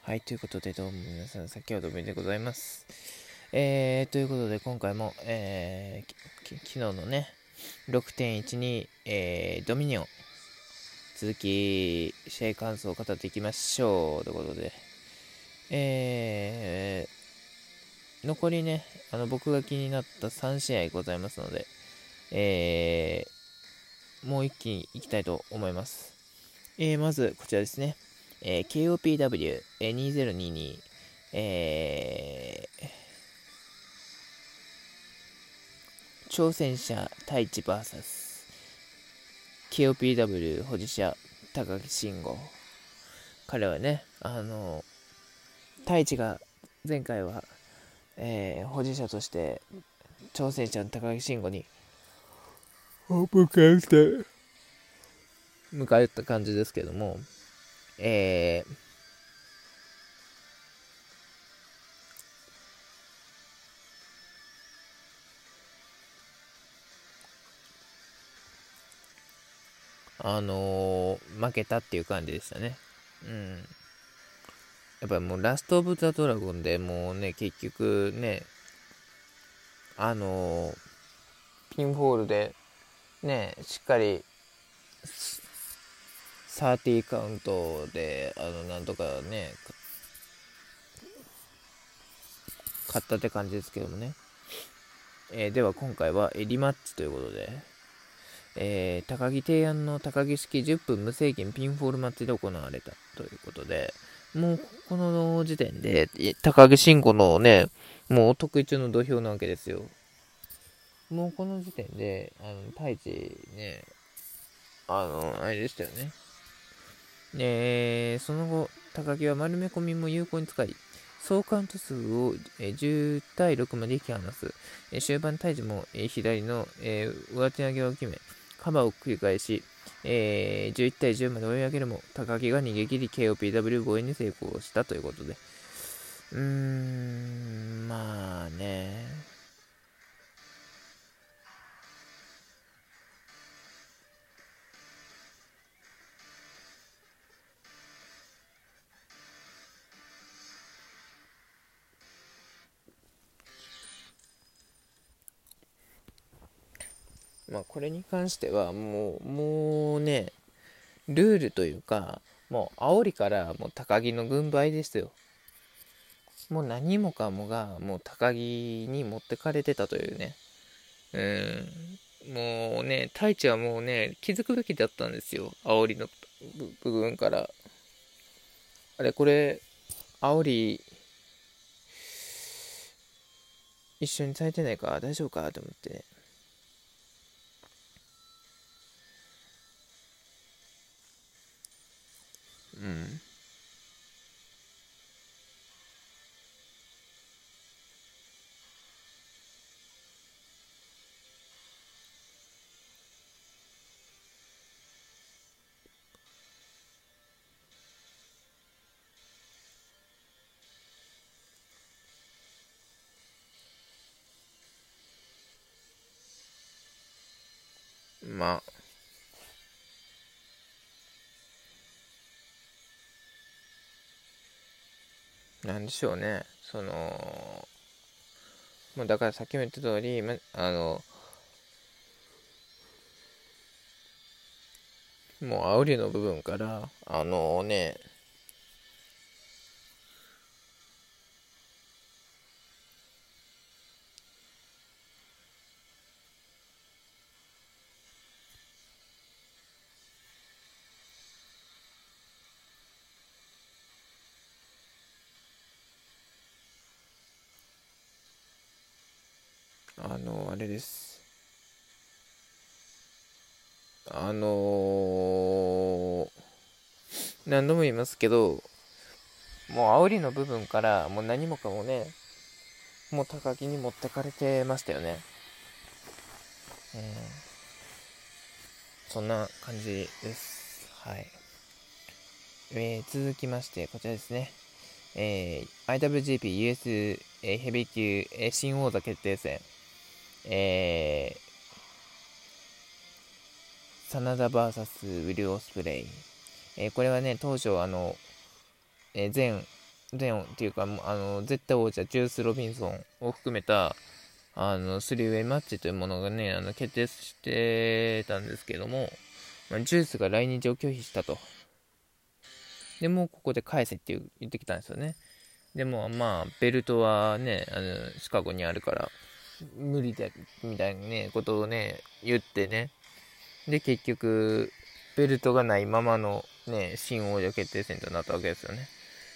はい、ということで、どうも皆さん、先ほどめでございます。ということで、今回も、昨日のね、6.1 に、ドミニオン、続き、試合感想を語っていきましょう。ということで、残りね、僕が気になった3試合ございますので、もう一気に行きたいと思います。まず、こちらですね。KOPW2022、挑戦者太一 VS KOPW 保持者高木慎吾。彼はね、太一が前回は、保持者として挑戦者の高木慎吾に迎えた感じですけども、負けたっていう感じでしたね。やっぱりもうラストオブザドラゴンでもうね、結局ね、ピンホールでね、しっかり30カウントでなんとかね勝ったって感じですけどもね。では今回はリマッチということで、高木提案の高木式10分無制限ピンフォールマッチで行われたということで、もうこの時点で高木慎吾のね、もう得意中の土俵なわけですよ。もうこの時点で太一ね、あれでしたよね。その後高木は丸め込みも有効に使い、総カウント数を10対6まで引き離す。終盤太一も左の上手投げを決め、カバーを繰り返し、11対10まで追い上げるも、高木が逃げ切り KOPW 防衛に成功したということで。まあね。まあこれに関してはもうね、ルールというか、もう煽りからもう高木の軍配ですよ。もう何もかもがもう高木に持ってかれてたというね。もうね、太一はもうね、気づくべきだったんですよ。煽りの部分から。あれ、これ、煽り一緒にされてないか大丈夫かと思ってね。うん。まあ、なんでしょうね。もうだからさっきも言った通り、もう煽りの部分から、あれです。何度も言いますけど、もう煽りの部分からもう何もかもね、もう高木に持ってかれてましたよね。うん、そんな感じです。はい。続きまして、こちらですね。IWGP US、ヘビー級、新王座決定戦。え真田 VS ウィル・オスプレイ。これはね、当初、前全っていうか絶対王者ジュース・ロビンソンを含めたスリーウェイマッチというものがね決定してたんですけども、ジュースが来日を拒否したと。でもここで返せって言ってきたんですよね。でもベルトはねシカゴにあるから無理だみたいなねことをね言ってね、で結局ベルトがないままのね新王者決定戦となったわけですよね。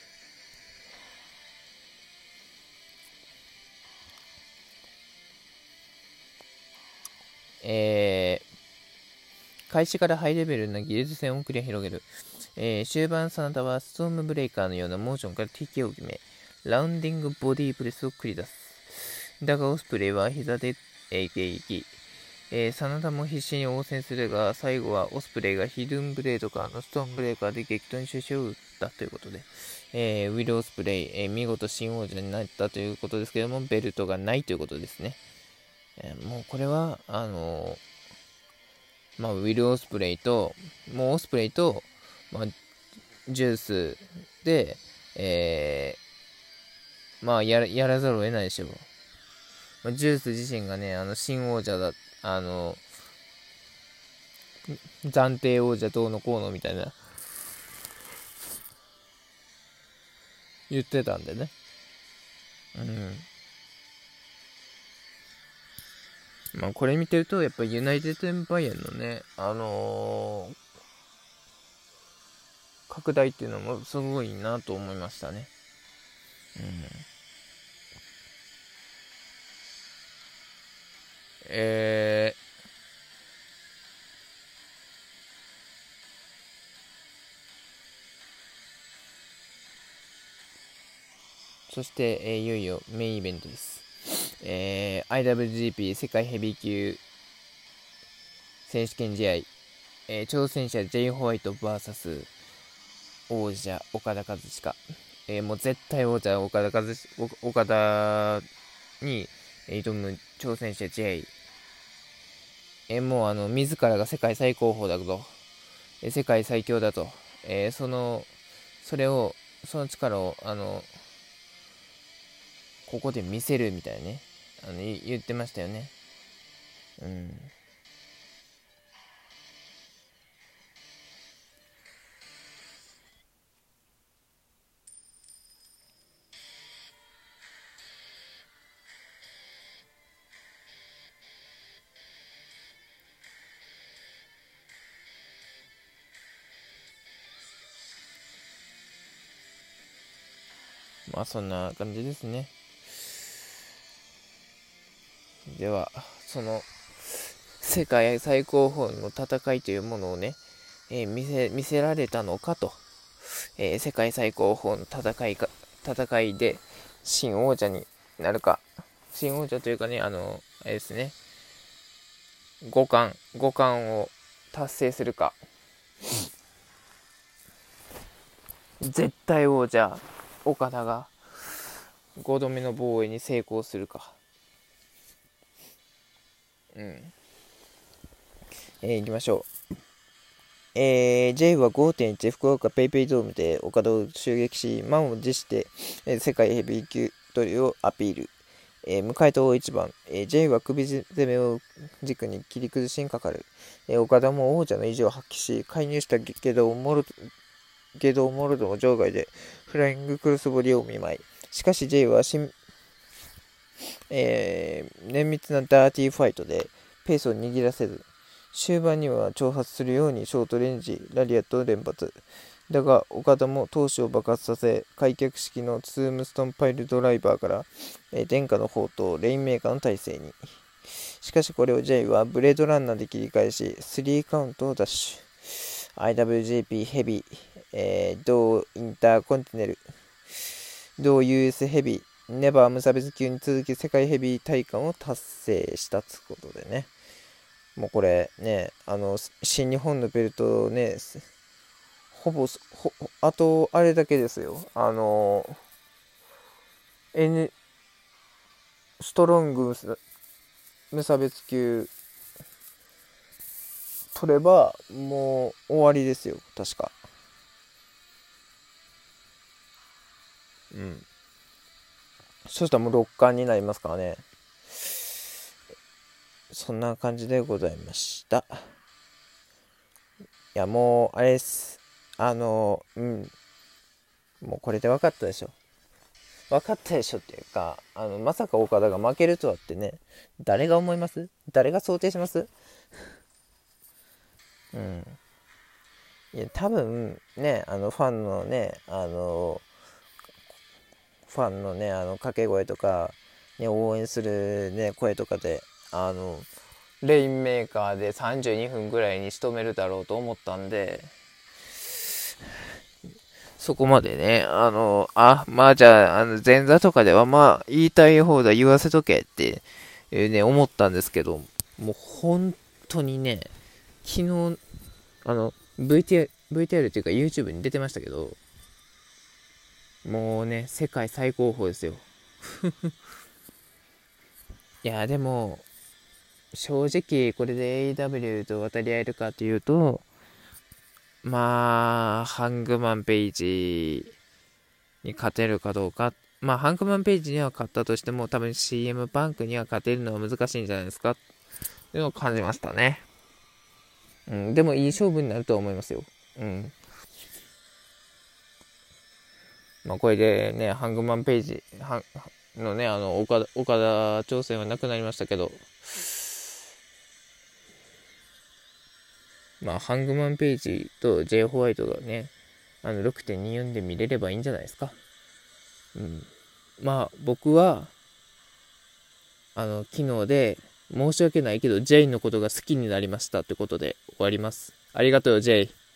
開始からハイレベルな技術戦を繰り広げる。終盤サナダはストームブレイカーのようなモーションから TK を決め、ラウンディングボディープレスを繰り出す。だがオスプレイは膝で迎撃。真田も必死に応戦するが、最後はオスプレイがヒドゥンブレードからのストーンブレーカーで激闘に終止を打ったということで、ウィル・オスプレイ、見事新王者になったということですけども、ベルトがないということですね。もうこれは、ウィル・オスプレイと、もうオスプレイと、ジュースで、やらざるを得ないでしょう。ジュース自身がね、新王者だ、暫定王者どうのこうのみたいな、言ってたんでね。これ見てると、やっぱユナイテッドエンパイアのね、拡大っていうのもすごいなと思いましたね。そして、いよいよメインイベントです。IWGP 世界ヘビー級選手権試合、挑戦者 J ホワイト VS 王者岡田和親、もう絶対王者岡田に挑む挑戦者 J、もう自らが世界最高峰だと、世界最強だと、その力をここで見せるみたいなね言ってましたよね。そんな感じですね。ではその世界最高峰の戦いというものをね、見せられたのかと、世界最高峰の戦いで新王者になるか、新王者というかねあれですね、五冠を達成するか、絶対王者岡田が5度目の防衛に成功するか。いきましょう。J は 5.1 福岡ペイペイドームで岡田を襲撃し、満を持して、世界ヘビー級取りをアピール。迎えた大一番、J は首攻めを軸に切り崩しにかかる。岡田も王者の意地を発揮し、介入した下道モルドの場外でフライングクロスボディを見舞い、しかし J は綿密なダーティーファイトでペースを握らせず、終盤には挑発するようにショートレンジラリアットを連発。だが岡田も闘志を爆発させ、開脚式のツームストンパイルドライバーから、殿下の砲とレインメーカーの体勢に。しかしこれを J はブレードランナーで切り返し3カウントをダッシュ。 IWGP ヘビー、同インターコンティネル、同 US ヘビー、ネバー無差別級に続き世界ヘビー体感を達成したということでね、もうこれね、新日本のベルトね、あとあれだけですよ、ストロング無差別級取ればもう終わりですよ確か。 うん。そしたらもう6冠になりますからね。そんな感じでございました。いや、もう、あれです。もうこれで分かったでしょ。分かったでしょっていうか、まさか岡田が負けるとはってね、誰が思います？誰が想定します？うん。いや、多分ね、ファンのね、ファンのね、掛け声とか、ね、応援するね、声とかで、レインメーカーで32分ぐらいに仕留めるだろうと思ったんで、そこまでね、まあじゃあ、前座とかではまあ、言いたい放題言わせとけって、ね、思ったんですけど、もう本当にね、昨日、VTR っていうか YouTube に出てましたけど、もうね、世界最高峰ですよ。いや、でも、正直、これで AW と渡り合えるかというと、まあ、ハングマンペイジに勝てるかどうか。まあ、ハングマンペイジには勝ったとしても、多分 CM パンクには勝てるのは難しいんじゃないですかっていうのを感じましたね。うん、でもいい勝負になるとは思いますよ。うん。まあ、これでね、ハングマンペイジのね、岡田挑戦はなくなりましたけど、まあ、ハングマンページと J ホワイトがね、6.24 で見れればいいんじゃないですか。うん。まあ、僕は、昨日で、申し訳ないけど、J のことが好きになりましたってことで終わります。ありがとう、J。